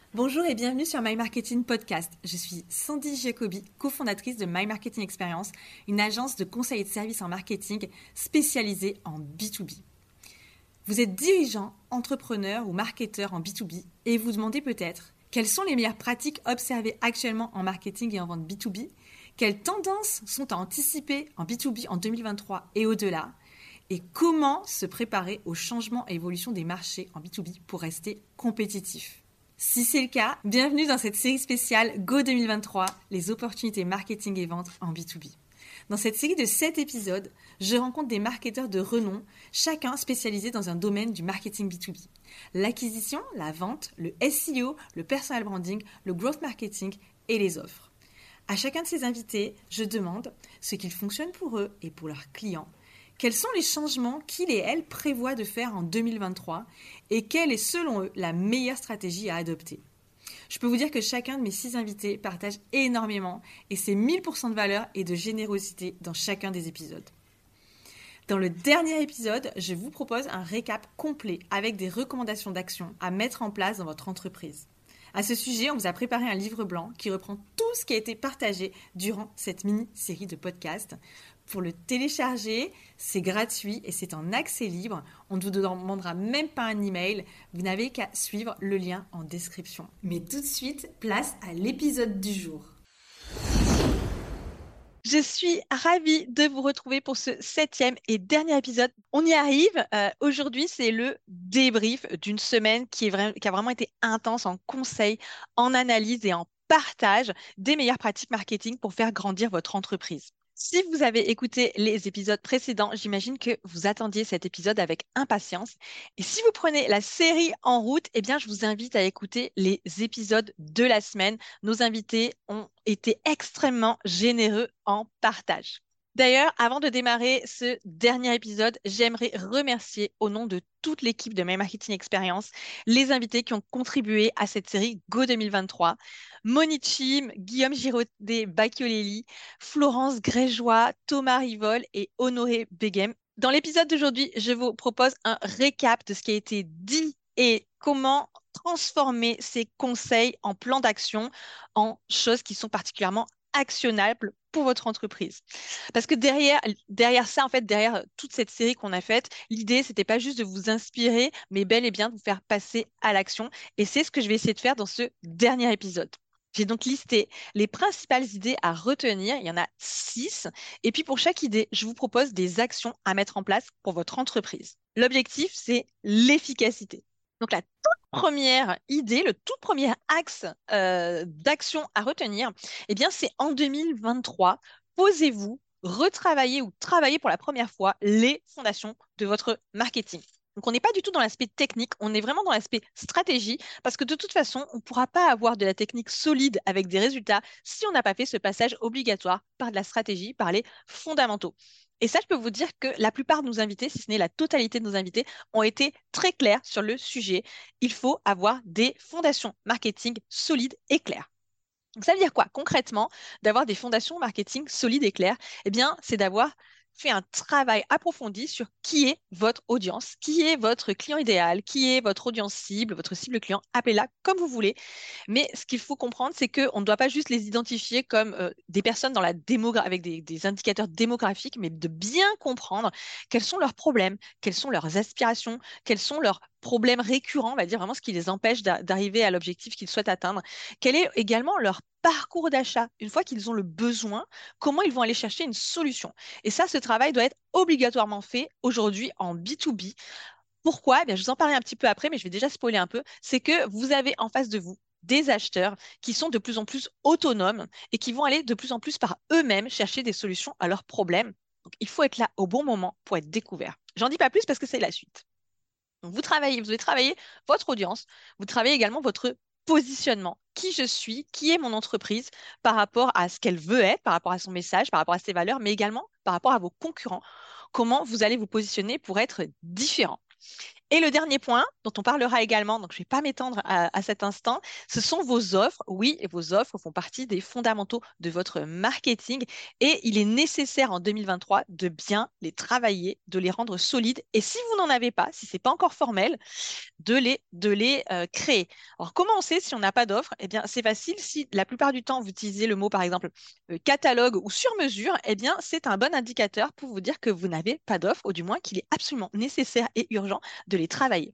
Bonjour et bienvenue sur My Marketing Podcast. Je suis Sandy Jacobi, cofondatrice de My Marketing Experience, une agence de conseil et de services en marketing spécialisée en B2B. Vous êtes dirigeant, entrepreneur ou marketeur en B2B et vous demandez peut-être quelles sont les meilleures pratiques observées actuellement en marketing et en vente B2B, quelles tendances sont à anticiper en B2B en 2023 et au-delà, et comment se préparer aux changements et évolutions des marchés en B2B pour rester compétitif. Si c'est le cas, bienvenue dans cette série spéciale Go 2023, les opportunités marketing et vente en B2B. Dans cette série de 7 épisodes, je rencontre des marketeurs de renom, chacun spécialisé dans un domaine du marketing B2B. L'acquisition, la vente, le SEO, le personal branding, le growth marketing et les offres. À chacun de ces invités, je demande ce qu'il fonctionne pour eux et pour leurs clients. Quels sont les changements qu'ils et elles prévoient de faire en 2023 et quelle est selon eux la meilleure stratégie à adopter. Je peux vous dire que chacun de mes 6 invités partage énormément et c'est 1000% de valeur et de générosité dans chacun des épisodes. Dans le dernier épisode, je vous propose un récap complet avec des recommandations d'action à mettre en place dans votre entreprise. À ce sujet, on vous a préparé un livre blanc qui reprend tout ce qui a été partagé durant cette mini-série de podcasts. Pour le télécharger, c'est gratuit et c'est en accès libre. On ne vous demandera même pas un email. Vous n'avez qu'à suivre le lien en description. Mais tout de suite, place à l'épisode du jour. Je suis ravie de vous retrouver pour ce 7e et dernier épisode. On y arrive. Aujourd'hui, c'est le débrief d'une semaine qui a vraiment été intense en conseil, en analyse et en partage des meilleures pratiques marketing pour faire grandir votre entreprise. Si vous avez écouté les épisodes précédents, j'imagine que vous attendiez cet épisode avec impatience. Et si vous prenez la série en route, eh bien, je vous invite à écouter les épisodes de la semaine. Nos invités ont été extrêmement généreux en partage. D'ailleurs, avant de démarrer ce dernier épisode, j'aimerais remercier au nom de toute l'équipe de My Marketing Experience les invités qui ont contribué à cette série Go 2023. Moni Chim, Guillaume Giraudet Bacchiolelli, Florence Grégeois, Thomas Rivol et Honoré Beghem. Dans l'épisode d'aujourd'hui, je vous propose un récap de ce qui a été dit et comment transformer ces conseils en plan d'action en choses qui sont particulièrement actionnables pour votre entreprise. Parce que derrière ça, en fait, derrière toute cette série qu'on a faite, l'idée, c'était pas juste de vous inspirer, mais bel et bien de vous faire passer à l'action. Et c'est ce que je vais essayer de faire dans ce dernier épisode. J'ai donc listé les principales idées à retenir. Il y en a 6. Et puis pour chaque idée, je vous propose des actions à mettre en place pour votre entreprise. L'objectif, c'est l'efficacité. Donc la toute première idée, le tout premier axe d'action à retenir, eh bien, c'est en 2023, posez-vous, retravaillez ou travaillez pour la première fois les fondations de votre marketing. Donc, on n'est pas du tout dans l'aspect technique, on est vraiment dans l'aspect stratégie, parce que de toute façon, on ne pourra pas avoir de la technique solide avec des résultats si on n'a pas fait ce passage obligatoire par de la stratégie, par les fondamentaux. Et ça, je peux vous dire que la plupart de nos invités, si ce n'est la totalité de nos invités, ont été très clairs sur le sujet. Il faut avoir des fondations marketing solides et claires. Donc, ça veut dire quoi concrètement d'avoir des fondations marketing solides et claires? Eh bien, c'est d'avoir fait un travail approfondi sur qui est votre audience, qui est votre client idéal, qui est votre audience cible, votre cible client, appelez-la comme vous voulez. Mais ce qu'il faut comprendre, c'est qu'on ne doit pas juste les identifier comme des personnes dans la avec des indicateurs démographiques, mais de bien comprendre quels sont leurs problèmes, quelles sont leurs aspirations, quels sont leurs problèmes récurrents, on va dire vraiment ce qui les empêche d'arriver à l'objectif qu'ils souhaitent atteindre. Quel est également leur parcours d'achat? Une fois qu'ils ont le besoin, comment ils vont aller chercher une solution? Et ça, ce travail doit être obligatoirement fait aujourd'hui en B2B. Pourquoi? Eh bien, je vous en parlerai un petit peu après, mais je vais déjà spoiler un peu. C'est que vous avez en face de vous des acheteurs qui sont de plus en plus autonomes et qui vont aller de plus en plus par eux-mêmes chercher des solutions à leurs problèmes. Donc, il faut être là au bon moment pour être découvert. J'en dis pas plus parce que c'est la suite. Donc, vous allez travailler votre audience, vous travaillez également votre positionnement. Qui je suis, qui est mon entreprise par rapport à ce qu'elle veut être, par rapport à son message, par rapport à ses valeurs, mais également par rapport à vos concurrents. Comment vous allez vous positionner pour être différent. Et le dernier point, dont on parlera également, donc je ne vais pas m'étendre à cet instant, ce sont vos offres. Oui, et vos offres font partie des fondamentaux de votre marketing et il est nécessaire en 2023 de bien les travailler, de les rendre solides. Et si vous n'en avez pas, si ce n'est pas encore formel, de les créer. Alors, comment on sait si on n'a pas d'offre? Eh bien, c'est facile. Si la plupart du temps, vous utilisez le mot, par exemple, catalogue ou sur mesure, eh bien, c'est un bon indicateur pour vous dire que vous n'avez pas d'offre, ou du moins qu'il est absolument nécessaire et urgent de les travailler.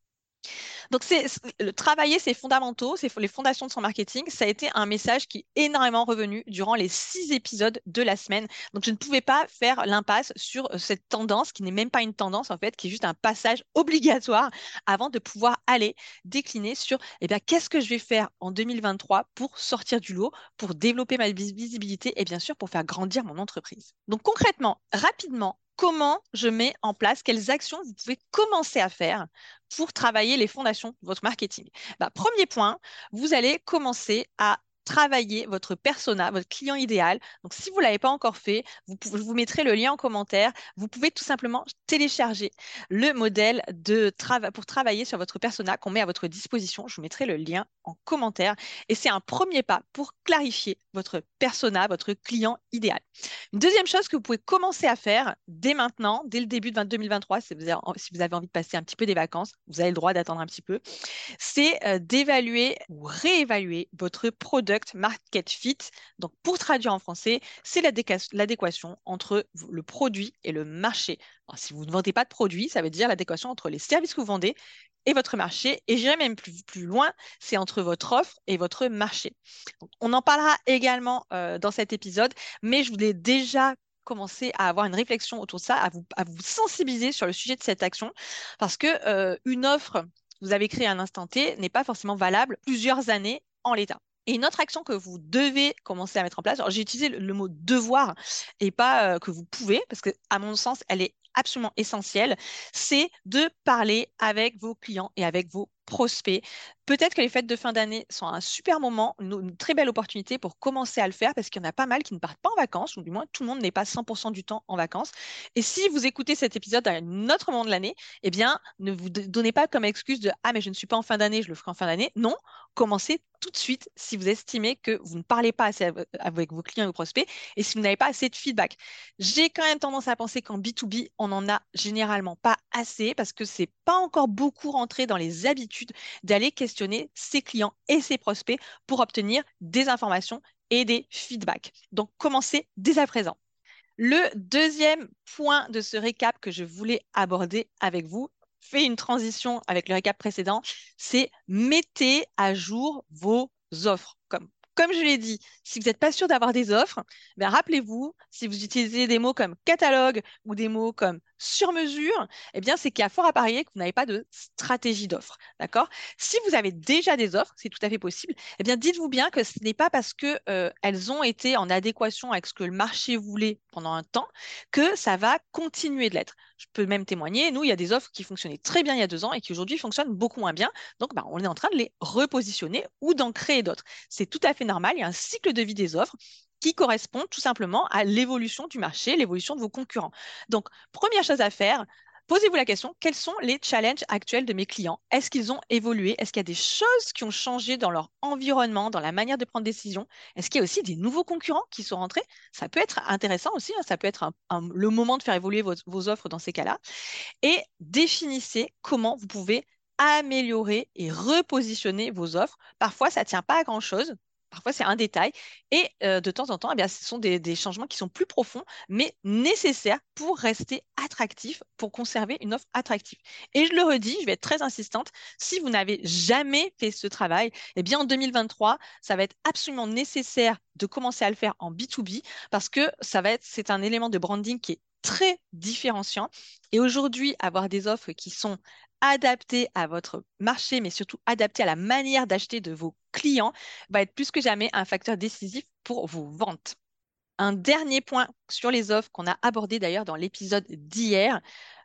Donc, le travailler ses fondamentaux, les fondations de son marketing. Ça a été un message qui est énormément revenu durant les 6 épisodes de la semaine. Donc, je ne pouvais pas faire l'impasse sur cette tendance qui n'est même pas une tendance en fait, qui est juste un passage obligatoire avant de pouvoir aller décliner sur, eh bien, qu'est-ce que je vais faire en 2023 pour sortir du lot, pour développer ma visibilité et bien sûr pour faire grandir mon entreprise. Donc, concrètement, rapidement, comment je mets en place, quelles actions vous pouvez commencer à faire pour travailler les fondations de votre marketing? Bah, premier point, vous allez commencer à travailler votre persona, votre client idéal. Donc, si vous ne l'avez pas encore fait, je vous mettrai le lien en commentaire. Vous pouvez tout simplement télécharger le modèle pour travailler sur votre persona qu'on met à votre disposition. Je vous mettrai le lien en commentaire. Et c'est un premier pas pour clarifier votre persona, votre client idéal. Une deuxième chose que vous pouvez commencer à faire dès maintenant, dès le début de 2023, si vous avez envie de passer un petit peu des vacances, vous avez le droit d'attendre un petit peu, c'est d'évaluer ou réévaluer votre product market fit. Donc, pour traduire en français, c'est l'adéquation entre le produit et le marché. Alors, si vous ne vendez pas de produit, ça veut dire l'adéquation entre les services que vous vendez et votre marché. Et j'irai même plus loin, c'est entre votre offre et votre marché. Donc, on en parlera également dans cet épisode, mais je voulais déjà commencer à avoir une réflexion autour de ça, à vous sensibiliser sur le sujet de cette action, parce que une offre vous avez créé un instant T n'est pas forcément valable plusieurs années en l'état. Et une autre action que vous devez commencer à mettre en place, alors j'ai utilisé le mot devoir et pas que vous pouvez, parce que à mon sens, elle est absolument essentielle, c'est de parler avec vos clients et avec vos prospects. Peut-être que les fêtes de fin d'année sont un super moment, une très belle opportunité pour commencer à le faire parce qu'il y en a pas mal qui ne partent pas en vacances, ou du moins tout le monde n'est pas 100% du temps en vacances. Et si vous écoutez cet épisode à un autre moment de l'année, eh bien, ne vous donnez pas comme excuse de «Ah, mais je ne suis pas en fin d'année, je le ferai en fin d'année». Non, commencez tout de suite si vous estimez que vous ne parlez pas assez avec vos clients et vos prospects et si vous n'avez pas assez de feedback. J'ai quand même tendance à penser qu'en B2B, on n'en a généralement pas assez parce que c'est pas encore beaucoup rentré dans les habitudes d'aller questionner ses clients et ses prospects pour obtenir des informations et des feedbacks. Donc, commencez dès à présent. Le deuxième point de ce récap que je voulais aborder avec vous fait une transition avec le récap précédent, c'est mettez à jour vos offres. Comme je l'ai dit, si vous n'êtes pas sûr d'avoir des offres, ben rappelez-vous, si vous utilisez des mots comme catalogue ou des mots comme sur mesure, eh bien, c'est qu'il y a fort à parier que vous n'avez pas de stratégie d'offre. D'accord? Si vous avez déjà des offres, c'est tout à fait possible, eh bien, dites-vous bien que ce n'est pas parce que, elles ont été en adéquation avec ce que le marché voulait pendant un temps que ça va continuer de l'être. Je peux même témoigner, nous, il y a des offres qui fonctionnaient très bien il y a 2 ans et qui aujourd'hui fonctionnent beaucoup moins bien. Donc, bah, on est en train de les repositionner ou d'en créer d'autres. C'est tout à fait normal. Il y a un cycle de vie des offres qui correspond tout simplement à l'évolution du marché, l'évolution de vos concurrents. Donc, première chose à faire, posez-vous la question, quels sont les challenges actuels de mes clients? Est-ce qu'ils ont évolué? Est-ce qu'il y a des choses qui ont changé dans leur environnement, dans la manière de prendre des décisions? Est-ce qu'il y a aussi des nouveaux concurrents qui sont rentrés? Ça peut être intéressant aussi, hein, ça peut être le moment de faire évoluer vos offres dans ces cas-là. Et définissez comment vous pouvez améliorer et repositionner vos offres. Parfois, ça ne tient pas à grand-chose. Parfois, c'est un détail. Et de temps en temps, eh bien, ce sont des changements qui sont plus profonds, mais nécessaires pour rester attractif, pour conserver une offre attractive. Et je le redis, je vais être très insistante, si vous n'avez jamais fait ce travail, eh bien, en 2023, ça va être absolument nécessaire de commencer à le faire en B2B parce que c'est un élément de branding qui est très différenciant. Et aujourd'hui, avoir des offres qui sont adaptées à votre marché, mais surtout adaptées à la manière d'acheter de vos clients, va être plus que jamais un facteur décisif pour vos ventes. Un dernier point sur les offres qu'on a abordé d'ailleurs dans l'épisode d'hier,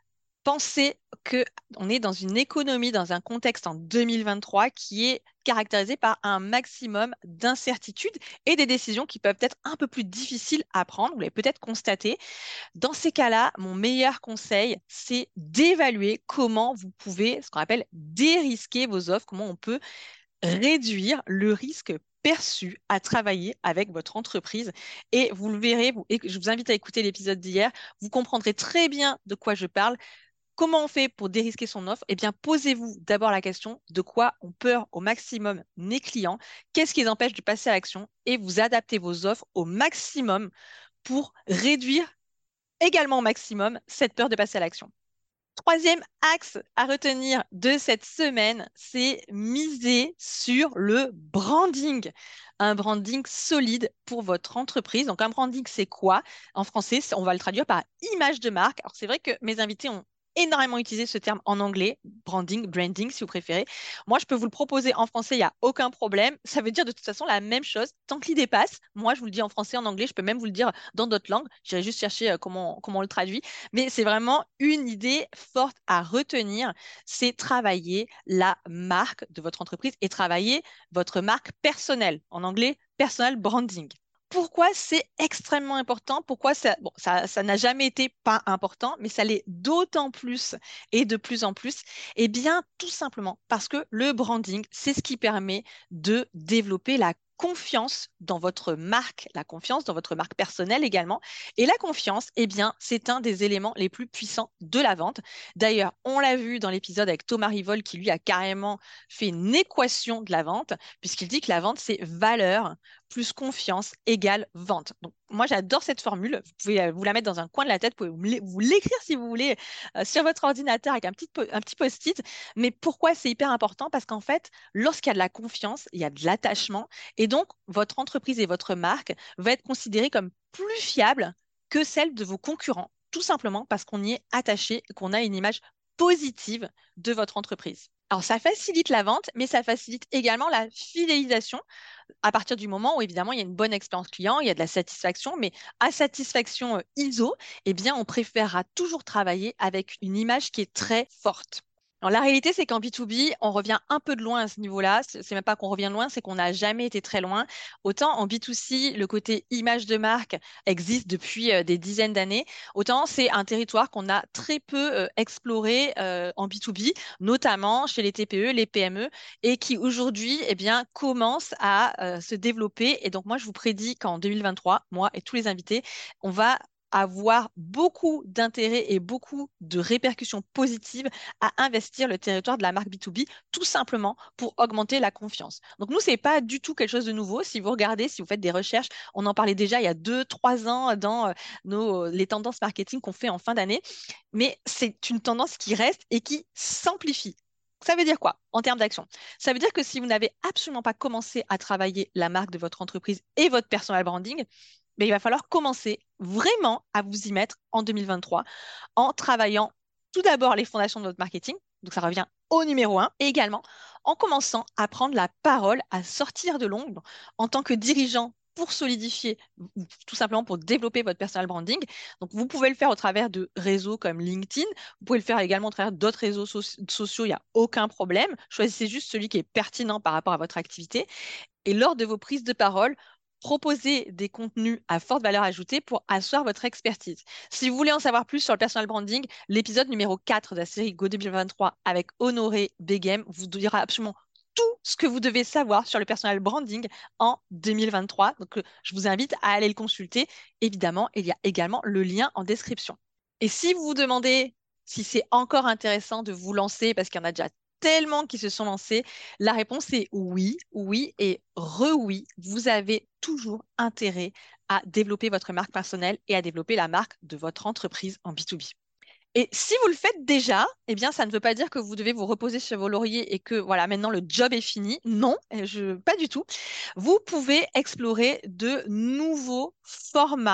Pensez que on est dans une économie, dans un contexte en 2023 qui est caractérisé par un maximum d'incertitudes et des décisions qui peuvent être un peu plus difficiles à prendre. Vous l'avez peut-être constaté. Dans ces cas-là, mon meilleur conseil, c'est d'évaluer comment vous pouvez, ce qu'on appelle dérisquer vos offres, comment on peut réduire le risque perçu à travailler avec votre entreprise. Et vous le verrez, et je vous invite à écouter l'épisode d'hier, vous comprendrez très bien de quoi je parle. Comment on fait pour dérisquer son offre? Eh bien, posez-vous d'abord la question de quoi ont peur au maximum mes clients, qu'est-ce qui les empêche de passer à l'action et vous adaptez vos offres au maximum pour réduire également au maximum cette peur de passer à l'action. Troisième axe à retenir de cette semaine, c'est miser sur le branding. Un branding solide pour votre entreprise. Donc, un branding, c'est quoi? En français, on va le traduire par image de marque. Alors, c'est vrai que mes invités ont énormément utilisé ce terme en anglais, branding, branding, si vous préférez. Moi, je peux vous le proposer en français, il n'y a aucun problème. Ça veut dire de toute façon la même chose. Tant que l'idée passe, moi, je vous le dis en français, en anglais, je peux même vous le dire dans d'autres langues. J'irai juste chercher comment on le traduit. Mais c'est vraiment une idée forte à retenir, c'est travailler la marque de votre entreprise et travailler votre marque personnelle, en anglais, personal branding. Pourquoi c'est extrêmement important? Pourquoi ça, bon, ça n'a jamais été pas important, mais ça l'est d'autant plus et de plus en plus? Eh bien, tout simplement parce que le branding, c'est ce qui permet de développer la confiance dans votre marque, la confiance dans votre marque personnelle également. Et la confiance, eh bien, c'est un des éléments les plus puissants de la vente. D'ailleurs, on l'a vu dans l'épisode avec Thomas Rivol qui lui a carrément fait une équation de la vente, puisqu'il dit que la vente, c'est valeur plus confiance égale vente. Donc, moi, j'adore cette formule. Vous pouvez vous la mettre dans un coin de la tête, vous pouvez vous l'écrire si vous voulez sur votre ordinateur avec un petit post-it. Mais pourquoi c'est hyper important? Parce qu'en fait, lorsqu'il y a de la confiance, il y a de l'attachement. Et donc, votre entreprise et votre marque va être considérée comme plus fiable que celle de vos concurrents, tout simplement parce qu'on y est attaché et qu'on a une image positive de votre entreprise. Alors, ça facilite la vente, mais ça facilite également la fidélisation à partir du moment où, évidemment, il y a une bonne expérience client, il y a de la satisfaction, mais à satisfaction ISO, eh bien, on préférera toujours travailler avec une image qui est très forte. Alors, la réalité, c'est qu'en B2B, on revient un peu de loin à ce niveau-là. C'est même pas qu'on revient de loin, c'est qu'on n'a jamais été très loin. Autant en B2C, le côté image de marque existe depuis des dizaines d'années, autant c'est un territoire qu'on a très peu exploré en B2B, notamment chez les TPE, les PME, et qui aujourd'hui, eh bien, commence à se développer. Et donc, moi, je vous prédis qu'en 2023, moi et tous les invités, on va avoir beaucoup d'intérêt et beaucoup de répercussions positives à investir le territoire de la marque B2B, tout simplement pour augmenter la confiance. Donc, nous, c'est pas du tout quelque chose de nouveau. Si vous regardez, si vous faites des recherches, on en parlait déjà il y a 2, 3 ans dans les tendances marketing qu'on fait en fin d'année, mais c'est une tendance qui reste et qui s'amplifie. Ça veut dire quoi en termes d'action? Ça veut dire que si vous n'avez absolument pas commencé à travailler la marque de votre entreprise et votre personal branding, ben, il va falloir commencer vraiment à vous y mettre en 2023 en travaillant tout d'abord les fondations de votre marketing. Donc ça revient au numéro un. Et également en commençant à prendre la parole, à sortir de l'ombre en tant que dirigeant pour solidifier ou tout simplement pour développer votre personal branding. Donc, vous pouvez le faire au travers de réseaux comme LinkedIn. Vous pouvez le faire également au travers d'autres réseaux sociaux. Il n'y a aucun problème. Choisissez juste celui qui est pertinent par rapport à votre activité. Et lors de vos prises de parole, proposez des contenus à forte valeur ajoutée pour asseoir votre expertise. Si vous voulez en savoir plus sur le personal branding, l'épisode numéro 4 de la série Go 2023 avec Honoré Beghem vous dira absolument tout ce que vous devez savoir sur le personal branding en 2023. Donc, je vous invite à aller le consulter. Évidemment, il y a également le lien en description. Et si vous vous demandez si c'est encore intéressant de vous lancer, parce qu'il y en a déjà tellement qui se sont lancés, la réponse est oui, oui et re-oui. Vous avez toujours intérêt à développer votre marque personnelle et à développer la marque de votre entreprise en B2B. Et si vous le faites déjà, eh bien, ça ne veut pas dire que vous devez vous reposer sur vos lauriers et que voilà, maintenant le job est fini. Non, pas du tout. Vous pouvez explorer de nouveaux formats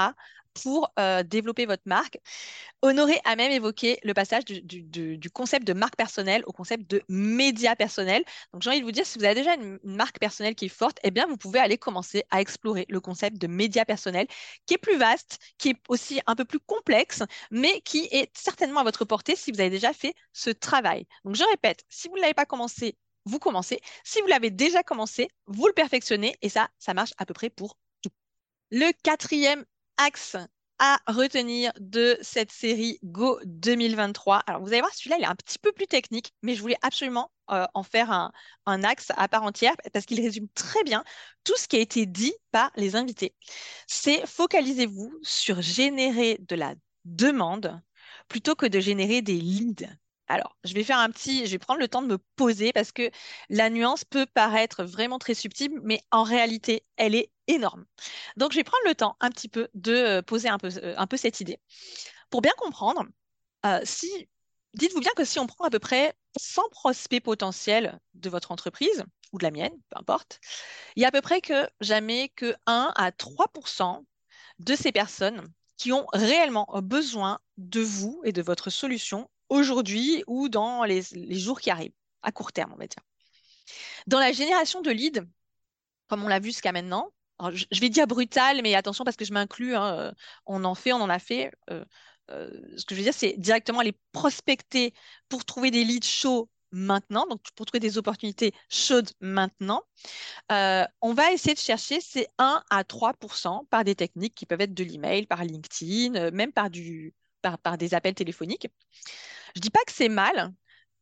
pour développer votre marque. Honoré a même évoqué le passage du concept de marque personnelle au concept de média personnel. Donc, j'ai envie de vous dire, si vous avez déjà une marque personnelle qui est forte, eh bien, vous pouvez aller commencer à explorer le concept de média personnel, qui est plus vaste, qui est aussi un peu plus complexe, mais qui est certainement à votre portée si vous avez déjà fait ce travail. Donc, je répète, si vous ne l'avez pas commencé, vous commencez. Si vous l'avez déjà commencé, vous le perfectionnez et ça marche à peu près pour tout. Le quatrième axe à retenir de cette série Go 2023. Alors, vous allez voir, celui-là, il est un petit peu plus technique, mais je voulais absolument en faire un axe à part entière parce qu'il résume très bien tout ce qui a été dit par les invités. C'est focalisez-vous sur générer de la demande plutôt que de générer des leads. Alors, je vais prendre le temps de me poser parce que la nuance peut paraître vraiment très subtile, mais en réalité, elle est énorme. Donc, je vais prendre le temps un petit peu de poser un peu cette idée. Pour bien comprendre, si, dites-vous bien que si on prend à peu près 100 prospects potentiels de votre entreprise ou de la mienne, peu importe, il y a à peu près que jamais que 1 à 3% de ces personnes qui ont réellement besoin de vous et de votre solution aujourd'hui ou dans les jours qui arrivent, à court terme, on va dire. Dans la génération de leads, comme on l'a vu jusqu'à maintenant, alors, je vais dire brutal, mais attention parce que je m'inclus, hein, on en a fait. Ce que je veux dire, c'est directement aller prospecter pour trouver des leads chauds maintenant, donc pour trouver des opportunités chaudes maintenant. On va essayer de chercher ces 1 à 3% par des techniques qui peuvent être de l'email, par LinkedIn, même par des appels téléphoniques. Je dis pas que c'est mal.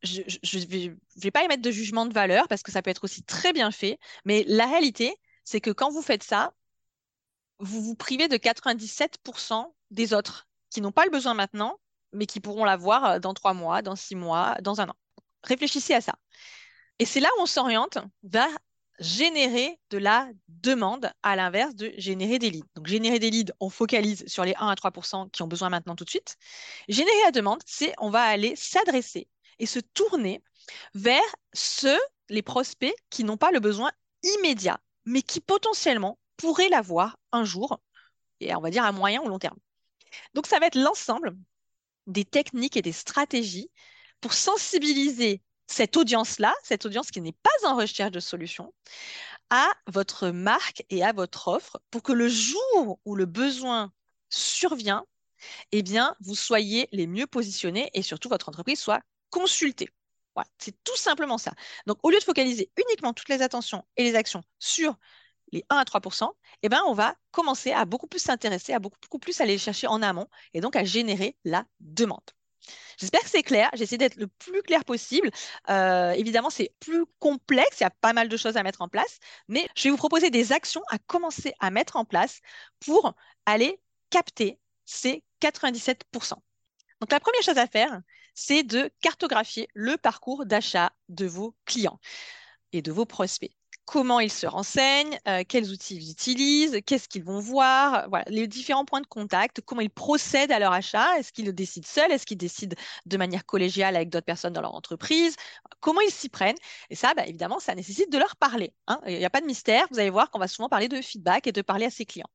Je vais pas émettre de jugement de valeur parce que ça peut être aussi très bien fait. Mais la réalité, c'est que quand vous faites ça, vous vous privez de 97% des autres qui n'ont pas le besoin maintenant, mais qui pourront l'avoir dans 3 mois, dans 6 mois, dans un an. Réfléchissez à ça. Et c'est là où on s'oriente vers générer de la demande à l'inverse de générer des leads. Donc, générer des leads, on focalise sur les 1 à 3% qui ont besoin maintenant tout de suite. Générer la demande, c'est on va aller s'adresser et se tourner vers ceux, les prospects qui n'ont pas le besoin immédiat, mais qui potentiellement pourraient l'avoir un jour, et on va dire à moyen ou long terme. Donc, ça va être l'ensemble des techniques et des stratégies pour sensibiliser cette audience-là, cette audience qui n'est pas en recherche de solution, à votre marque et à votre offre pour que le jour où le besoin survient, eh bien, vous soyez les mieux positionnés et surtout votre entreprise soit consultée. Voilà, c'est tout simplement ça. Donc, au lieu de focaliser uniquement toutes les attentions et les actions sur les 1 à 3%, eh ben, on va commencer à beaucoup plus s'intéresser, à beaucoup plus aller chercher en amont et donc à générer la demande. J'espère que c'est clair. J'essaie d'être le plus clair possible. Évidemment, c'est plus complexe. Il y a pas mal de choses à mettre en place. Mais je vais vous proposer des actions à commencer à mettre en place pour aller capter ces 97%. Donc, la première chose à faire, c'est de cartographier le parcours d'achat de vos clients et de vos prospects. Comment ils se renseignent, quels outils ils utilisent, qu'est-ce qu'ils vont voir, voilà, les différents points de contact, comment ils procèdent à leur achat, est-ce qu'ils le décident seuls, est-ce qu'ils décident de manière collégiale avec d'autres personnes dans leur entreprise, comment ils s'y prennent. Et ça, bah, évidemment, ça nécessite de leur parler, hein. Il n'y a pas de mystère, vous allez voir qu'on va souvent parler de feedback et de parler à ses clients.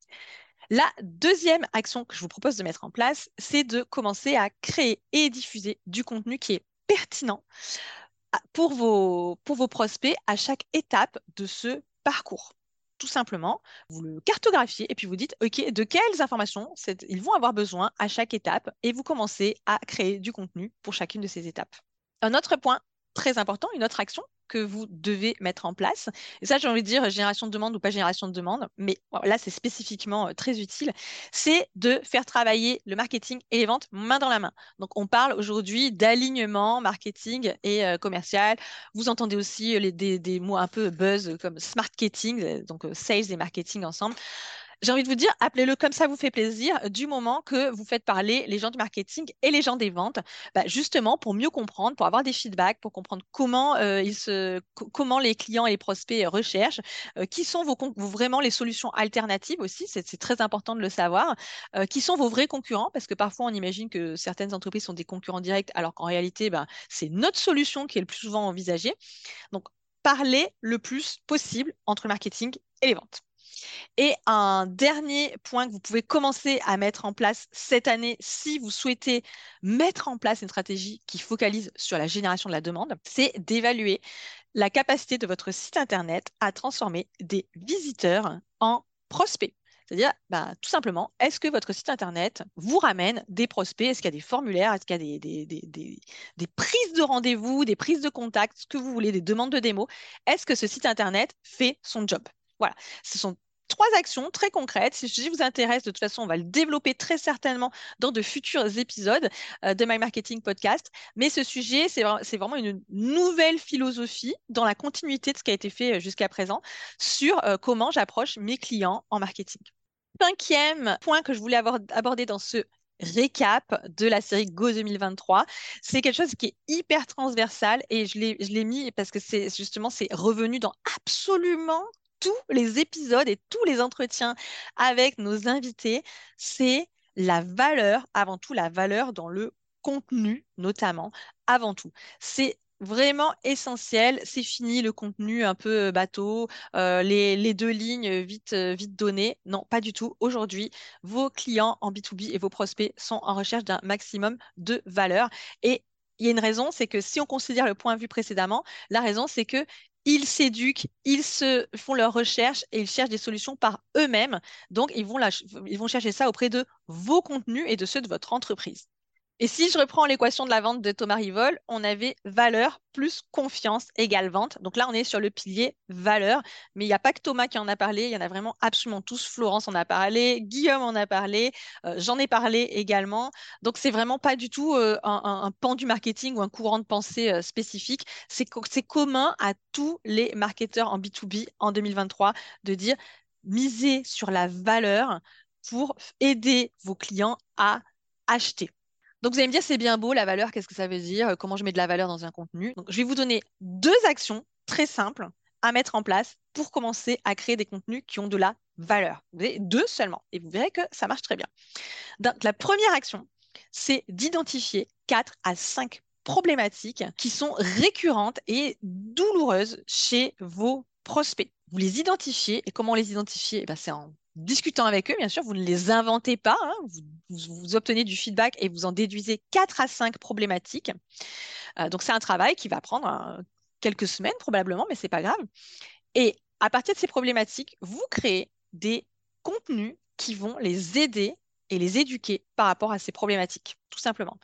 La deuxième action que je vous propose de mettre en place, c'est de commencer à créer et diffuser du contenu qui est pertinent pour vos prospects à chaque étape de ce parcours. Tout simplement, vous le cartographiez et puis vous dites, OK, de quelles informations ils vont avoir besoin à chaque étape et vous commencez à créer du contenu pour chacune de ces étapes. Un autre point très important, une autre action que vous devez mettre en place, et ça j'ai envie de dire génération de demande ou pas génération de demande, mais là c'est spécifiquement très utile, c'est de faire travailler le marketing et les ventes main dans la main. Donc on parle aujourd'hui d'alignement marketing et commercial. Vous entendez aussi des mots un peu buzz comme smart marketing, donc sales et marketing ensemble. J'ai envie de vous dire, appelez-le comme ça vous fait plaisir, du moment que vous faites parler les gens du marketing et les gens des ventes, bah, justement pour mieux comprendre, pour avoir des feedbacks, pour comprendre comment, comment les clients et les prospects recherchent, qui sont vraiment les solutions alternatives aussi, c'est très important de le savoir, qui sont vos vrais concurrents, parce que parfois on imagine que certaines entreprises sont des concurrents directs, alors qu'en réalité, bah, c'est notre solution qui est le plus souvent envisagée. Donc, parlez le plus possible entre le marketing et les ventes. Et un dernier point que vous pouvez commencer à mettre en place cette année si vous souhaitez mettre en place une stratégie qui focalise sur la génération de la demande, c'est d'évaluer la capacité de votre site Internet à transformer des visiteurs en prospects. C'est-à-dire, tout simplement, est-ce que votre site Internet vous ramène des prospects? Est-ce qu'il y a des formulaires? Est-ce qu'il y a des prises de rendez-vous, des prises de contact, ce que vous voulez, des demandes de démo? Est-ce que ce site Internet fait son job? Voilà, ce sont trois actions très concrètes. Si le sujet vous intéresse, de toute façon, on va le développer très certainement dans de futurs épisodes de My Marketing Podcast. Mais ce sujet, c'est vraiment une nouvelle philosophie dans la continuité de ce qui a été fait jusqu'à présent sur comment j'approche mes clients en marketing. Cinquième point que je voulais aborder dans ce récap de la série Go 2023, c'est quelque chose qui est hyper transversal et je l'ai mis parce que c'est revenu dans absolument tous les épisodes et tous les entretiens avec nos invités. C'est la valeur, avant tout la valeur dans le contenu, notamment, avant tout. C'est vraiment essentiel. C'est fini le contenu un peu bateau, les deux lignes vite données. Non, pas du tout. Aujourd'hui, vos clients en B2B et vos prospects sont en recherche d'un maximum de valeur. Et il y a une raison, c'est que si on considère le point vu précédemment, la raison, c'est que ils s'éduquent, ils se font leurs recherches et ils cherchent des solutions par eux-mêmes. Donc, ils vont chercher ça auprès de vos contenus et de ceux de votre entreprise. Et si je reprends l'équation de la vente de Thomas Rivol, on avait valeur plus confiance égale vente. Donc là, on est sur le pilier valeur. Mais il n'y a pas que Thomas qui en a parlé, il y en a vraiment absolument tous. Florence en a parlé, Guillaume en a parlé, j'en ai parlé également. Donc c'est vraiment pas du tout un pan du marketing ou un courant de pensée spécifique. C'est commun à tous les marketeurs en B2B en 2023 de dire misez sur la valeur pour aider vos clients à acheter. Donc, vous allez me dire, c'est bien beau, la valeur, qu'est-ce que ça veut dire? Comment je mets de la valeur dans un contenu? Donc, je vais vous donner deux actions très simples à mettre en place pour commencer à créer des contenus qui ont de la valeur. Vous avez deux seulement et vous verrez que ça marche très bien. Donc, la première action, c'est d'identifier 4 à 5 problématiques qui sont récurrentes et douloureuses chez vos prospects. Vous les identifiez et comment les identifier? Eh ben, c'est en discutant avec eux, bien sûr, vous ne les inventez pas, hein. Vous obtenez du feedback et vous en déduisez 4 à 5 problématiques. Donc, c'est un travail qui va prendre quelques semaines probablement, mais c'est pas grave. Et à partir de ces problématiques, vous créez des contenus qui vont les aider et les éduquer par rapport à ces problématiques, tout simplement.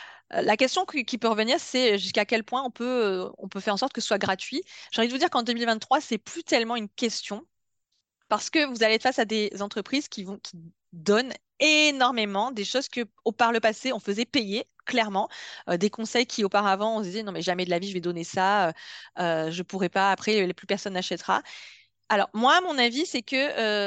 La question qui peut revenir, c'est jusqu'à quel point on peut faire en sorte que ce soit gratuit. J'ai envie de vous dire qu'en 2023, c'est plus tellement une question parce que vous allez être face à des entreprises qui donnent énormément des choses que par le passé on faisait payer clairement. Des conseils qui auparavant on se disait non mais jamais de la vie je vais donner ça, je pourrai pas, après plus personne n'achètera. Alors moi mon avis c'est que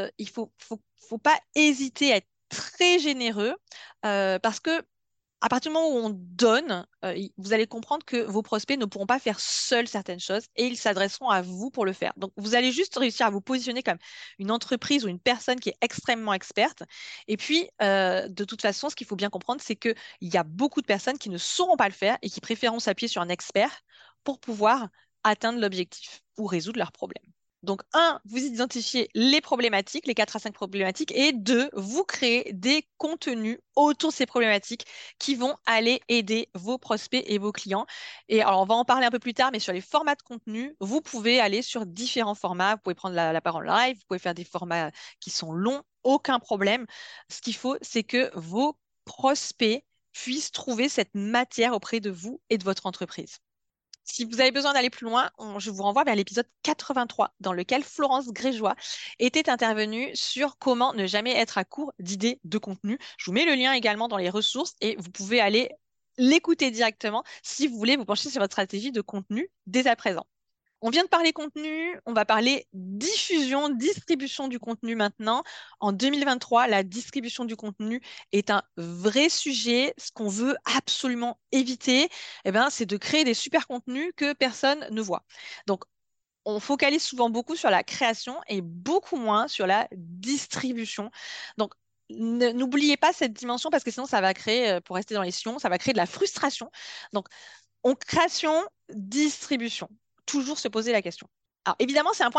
faut pas hésiter à être très généreux, parce que à partir du moment où on donne, vous allez comprendre que vos prospects ne pourront pas faire seuls certaines choses et ils s'adresseront à vous pour le faire. Donc, vous allez juste réussir à vous positionner comme une entreprise ou une personne qui est extrêmement experte. Et puis, de toute façon, ce qu'il faut bien comprendre, c'est qu'il y a beaucoup de personnes qui ne sauront pas le faire et qui préféreront s'appuyer sur un expert pour pouvoir atteindre l'objectif ou résoudre leurs problèmes. Donc, un, vous identifiez les problématiques, les 4 à 5 problématiques, et deux, vous créez des contenus autour de ces problématiques qui vont aller aider vos prospects et vos clients. Et alors, on va en parler un peu plus tard, mais sur les formats de contenu, vous pouvez aller sur différents formats. Vous pouvez prendre la parole live, vous pouvez faire des formats qui sont longs, aucun problème. Ce qu'il faut, c'est que vos prospects puissent trouver cette matière auprès de vous et de votre entreprise. Si vous avez besoin d'aller plus loin, je vous renvoie vers l'épisode 83 dans lequel Florence Grégeois était intervenue sur comment ne jamais être à court d'idées de contenu. Je vous mets le lien également dans les ressources et vous pouvez aller l'écouter directement si vous voulez vous pencher sur votre stratégie de contenu dès à présent. On vient de parler contenu, on va parler diffusion, distribution du contenu maintenant. En 2023, la distribution du contenu est un vrai sujet. Ce qu'on veut absolument éviter, c'est de créer des super contenus que personne ne voit. Donc, on focalise souvent beaucoup sur la création et beaucoup moins sur la distribution. Donc, n'oubliez pas cette dimension parce que sinon, ça va créer, pour rester dans les sillons, ça va créer de la frustration. Donc, création, distribution. Toujours se poser la question. Alors, évidemment, c'est un point qui est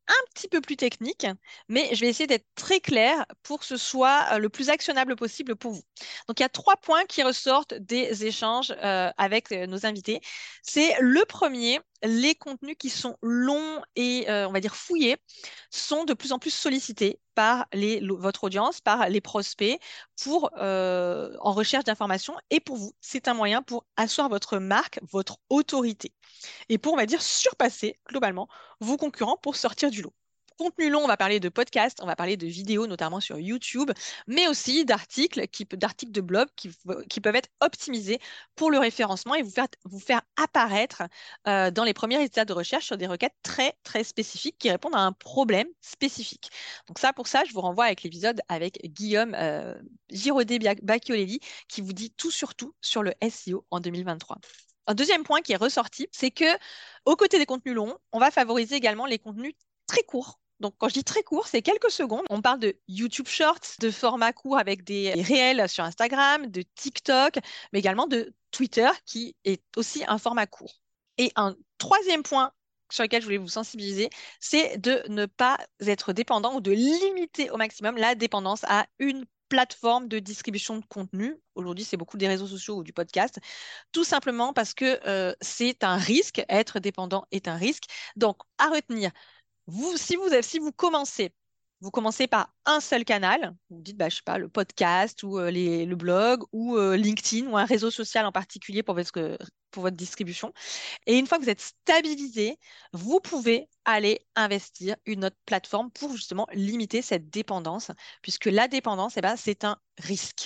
un petit peu plus technique, mais je vais essayer d'être très claire pour que ce soit le plus actionnable possible pour vous. Donc, il y a 3 points qui ressortent des échanges avec nos invités. C'est le premier, les contenus qui sont longs et, on va dire, fouillés sont de plus en plus sollicités par votre audience, par les prospects, en recherche d'informations. Et pour vous, c'est un moyen pour asseoir votre marque, votre autorité et pour, on va dire, surpasser globalement vos concurrents pour sortir du lot. Contenu long, on va parler de podcasts, on va parler de vidéos, notamment sur YouTube, mais aussi d'articles de blog qui peuvent être optimisés pour le référencement et vous faire apparaître dans les premiers résultats de recherche sur des requêtes très, très spécifiques qui répondent à un problème spécifique. Donc ça, pour ça, je vous renvoie avec l'épisode avec Guillaume Giraudet-Bacchiolelli qui vous dit tout sur tout sur le SEO en 2023. Un deuxième point qui est ressorti, c'est que aux côtés des contenus longs, on va favoriser également les contenus très courts. Donc, quand je dis très court, c'est quelques secondes. On parle de YouTube Shorts, de formats courts avec des réels sur Instagram, de TikTok, mais également de Twitter, qui est aussi un format court. Et un troisième point sur lequel je voulais vous sensibiliser, c'est de ne pas être dépendant ou de limiter au maximum la dépendance à une plateforme de distribution de contenu. Aujourd'hui, c'est beaucoup des réseaux sociaux ou du podcast, tout simplement parce que c'est un risque. Être dépendant est un risque. Donc, à retenir, si vous commencez par un seul canal, vous dites, bah, je sais pas, le podcast ou le blog ou LinkedIn ou un réseau social en particulier pour votre distribution. Et une fois que vous êtes stabilisé, vous pouvez aller investir une autre plateforme pour justement limiter cette dépendance, puisque la dépendance, eh ben, c'est un risque.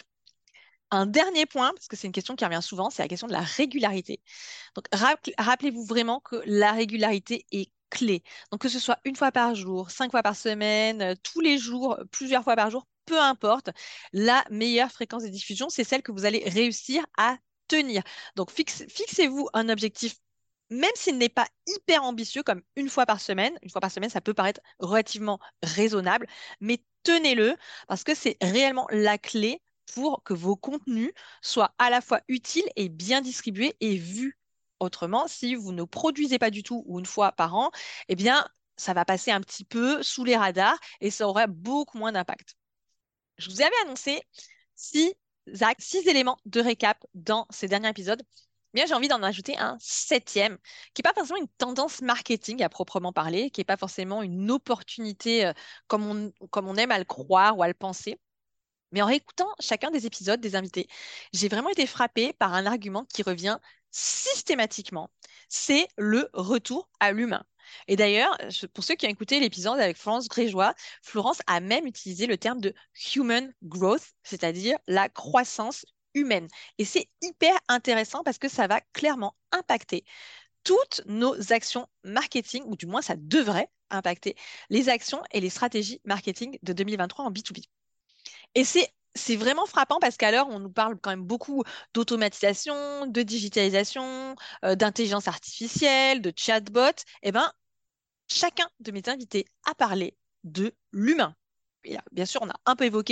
Un dernier point, parce que c'est une question qui revient souvent, c'est la question de la régularité. Donc, rappelez-vous vraiment que la régularité est clé. Donc, que ce soit une fois par jour, 5 fois par semaine, tous les jours, plusieurs fois par jour, peu importe, la meilleure fréquence de diffusion, c'est celle que vous allez réussir à tenir. Donc, fixez-vous un objectif, même s'il n'est pas hyper ambitieux, comme une fois par semaine. Une fois par semaine, ça peut paraître relativement raisonnable, mais tenez-le parce que c'est réellement la clé pour que vos contenus soient à la fois utiles et bien distribués et vus. Autrement, si vous ne produisez pas du tout ou une fois par an, eh bien, ça va passer un petit peu sous les radars et ça aura beaucoup moins d'impact. Je vous avais annoncé six, 6 éléments de récap dans ces derniers épisodes. Bien, j'ai envie d'en ajouter un septième, qui n'est pas forcément une tendance marketing à proprement parler, qui n'est pas forcément une opportunité comme on aime à le croire ou à le penser. Mais en réécoutant chacun des épisodes des invités, j'ai vraiment été frappée par un argument qui revient systématiquement, c'est le retour à l'humain. Et d'ailleurs, pour ceux qui ont écouté l'épisode avec Florence Grégeois, Florence a même utilisé le terme de human growth, c'est-à-dire la croissance humaine. Et c'est hyper intéressant parce que ça va clairement impacter toutes nos actions marketing, ou du moins ça devrait impacter les actions et les stratégies marketing de 2023 en B2B. Et c'est vraiment frappant parce qu'à l'heure, on nous parle quand même beaucoup d'automatisation, de digitalisation, d'intelligence artificielle, de chatbot. Eh ben, chacun de mes invités a parlé de l'humain. Et là, bien sûr, on a un peu évoqué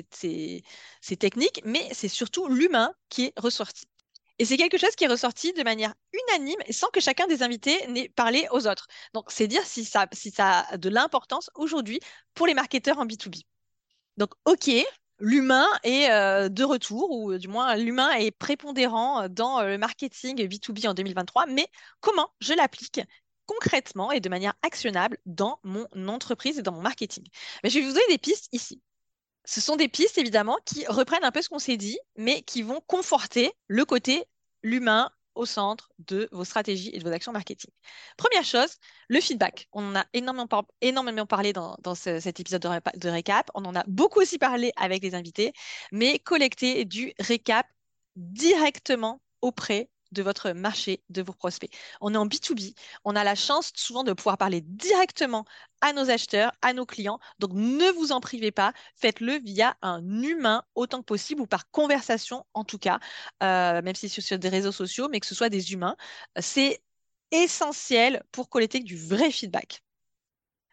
ces techniques, mais c'est surtout l'humain qui est ressorti. Et c'est quelque chose qui est ressorti de manière unanime et sans que chacun des invités n'ait parlé aux autres. Donc, c'est dire si ça a de l'importance aujourd'hui pour les marketeurs en B2B. Donc, OK, l'humain est de retour, ou du moins l'humain est prépondérant dans le marketing B2B en 2023, mais comment je l'applique concrètement et de manière actionnable dans mon entreprise et dans mon marketing? Mais je vais vous donner des pistes ici. Ce sont des pistes, évidemment, qui reprennent un peu ce qu'on s'est dit, mais qui vont conforter le côté l'humain au centre de vos stratégies et de vos actions marketing. Première chose, le feedback. On en a énormément parlé dans cet épisode de récap. On en a beaucoup aussi parlé avec les invités, mais collecter du récap directement auprès de votre marché, de vos prospects. On est en B2B, on a la chance souvent de pouvoir parler directement à nos acheteurs, à nos clients. Donc ne vous en privez pas, faites-le via un humain autant que possible ou par conversation en tout cas, même si c'est sur des réseaux sociaux, mais que ce soit des humains. C'est essentiel pour collecter du vrai feedback.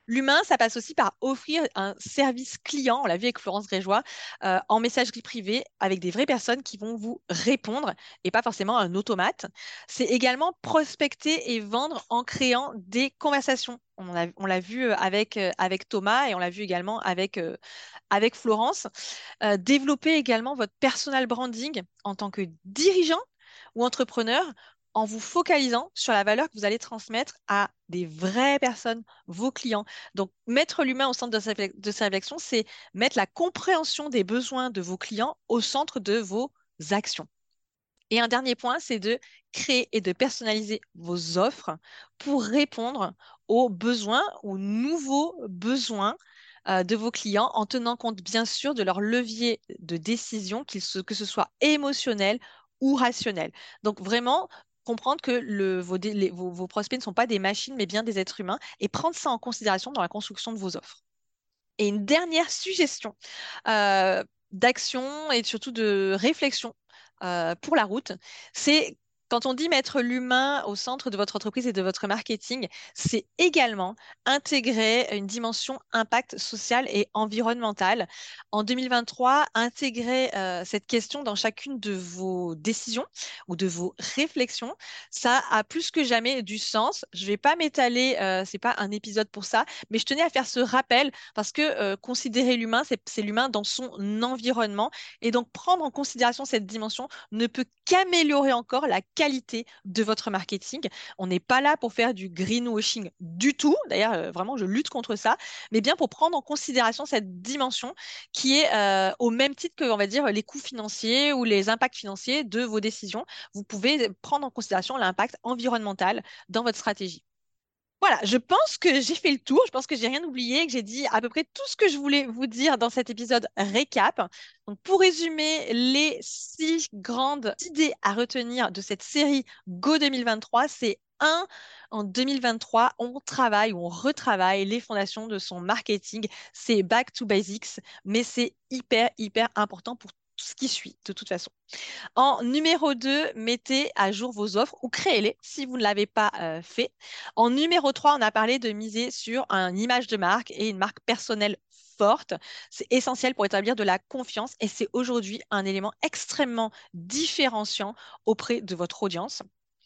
L'humain, ça passe aussi par offrir un service client, on l'a vu avec Florence Grégeois, en messagerie privée avec des vraies personnes qui vont vous répondre et pas forcément un automate. C'est également prospecter et vendre en créant des conversations. On l'a vu avec Thomas et on l'a vu également avec Florence. Développer également votre personal branding en tant que dirigeant ou entrepreneur en vous focalisant sur la valeur que vous allez transmettre à des vraies personnes, vos clients. Donc, mettre l'humain au centre de sa réflexion, c'est mettre la compréhension des besoins de vos clients au centre de vos actions. Et un dernier point, c'est de créer et de personnaliser vos offres pour répondre aux besoins, aux nouveaux besoins de vos clients en tenant compte bien sûr de leur levier de décision, que ce soit émotionnel ou rationnel. Donc vraiment comprendre que vos prospects ne sont pas des machines, mais bien des êtres humains et prendre ça en considération dans la construction de vos offres. Et une dernière suggestion euh, d'action et surtout de réflexion pour la route, c'est quand on dit mettre l'humain au centre de votre entreprise et de votre marketing, c'est également intégrer une dimension impact social et environnemental. En 2023, intégrer cette question dans chacune de vos décisions ou de vos réflexions, ça a plus que jamais du sens. Je ne vais pas m'étaler, c'est pas un épisode pour ça, mais je tenais à faire ce rappel parce que considérer l'humain, c'est l'humain dans son environnement. Et donc, prendre en considération cette dimension ne peut qu'améliorer encore la qualité de votre marketing. On n'est pas là pour faire du greenwashing du tout. D'ailleurs, vraiment, je lutte contre ça, mais bien pour prendre en considération cette dimension qui est au même titre que, on va dire, les coûts financiers ou les impacts financiers de vos décisions. Vous pouvez prendre en considération l'impact environnemental dans votre stratégie. Voilà, je pense que j'ai fait le tour. Je pense que j'ai rien oublié, que j'ai dit à peu près tout ce que je voulais vous dire dans cet épisode récap. Donc, pour résumer, les 6 grandes idées à retenir de cette série Go 2023, c'est un, en 2023, on travaille ou on retravaille les fondations de son marketing. C'est back to basics, mais c'est hyper, hyper important pour tout ce qui suit, de toute façon. En numéro 2, mettez à jour vos offres ou créez-les si vous ne l'avez pas fait. En numéro 3, on a parlé de miser sur une image de marque et une marque personnelle forte. C'est essentiel pour établir de la confiance et c'est aujourd'hui un élément extrêmement différenciant auprès de votre audience.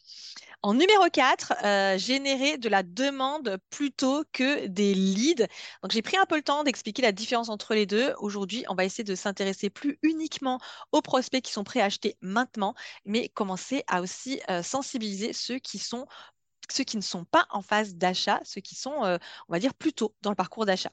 En numéro 4, générer de la demande plutôt que des leads. Donc, j'ai pris un peu le temps d'expliquer la différence entre les deux. Aujourd'hui, on va essayer de s'intéresser plus uniquement aux prospects qui sont prêts à acheter maintenant, mais commencer à aussi sensibiliser ceux qui ne sont pas en phase d'achat, ceux qui sont, on va dire, plus tôt dans le parcours d'achat.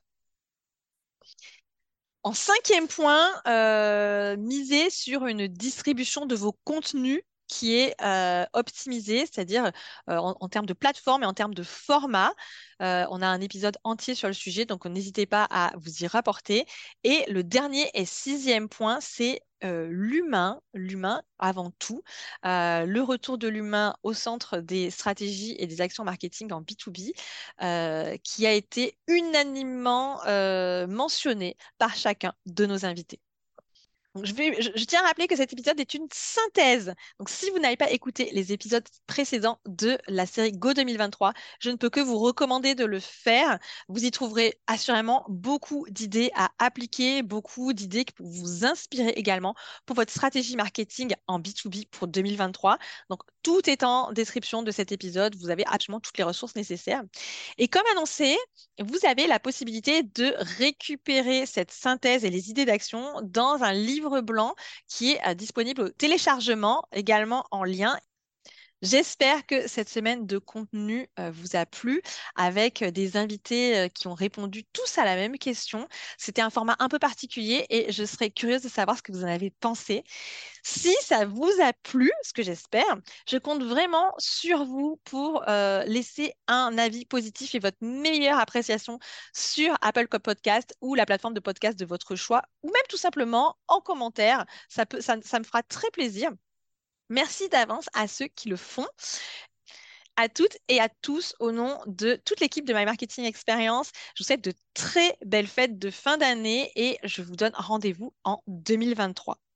En cinquième point, miser sur une distribution de vos contenus qui est optimisée, c'est-à-dire en termes de plateforme et en termes de format. On a un épisode entier sur le sujet, donc n'hésitez pas à vous y rapporter. Et le dernier et sixième point, c'est l'humain avant tout, le retour de l'humain au centre des stratégies et des actions marketing en B2B, qui a été unanimement mentionné par chacun de nos invités. Donc, je tiens à rappeler que cet épisode est une synthèse. Donc, si vous n'avez pas écouté les épisodes précédents de la série Go 2023, je ne peux que vous recommander de le faire. Vous y trouverez assurément beaucoup d'idées à appliquer, beaucoup d'idées qui peuvent vous inspirer également pour votre stratégie marketing en B2B pour 2023. Donc, tout est en description de cet épisode. Vous avez absolument toutes les ressources nécessaires. Et comme annoncé, vous avez la possibilité de récupérer cette synthèse et les idées d'action dans un livre blanc qui est disponible au téléchargement, également en lien. J'espère que cette semaine de contenu vous a plu avec des invités qui ont répondu tous à la même question. C'était un format un peu particulier et je serais curieuse de savoir ce que vous en avez pensé. Si ça vous a plu, ce que j'espère, je compte vraiment sur vous pour laisser un avis positif et votre meilleure appréciation sur Apple Podcast ou la plateforme de podcast de votre choix, ou même tout simplement en commentaire. Ça me fera très plaisir. Merci d'avance à ceux qui le font, à toutes et à tous au nom de toute l'équipe de My Marketing Experience. Je vous souhaite de très belles fêtes de fin d'année et je vous donne rendez-vous en 2023.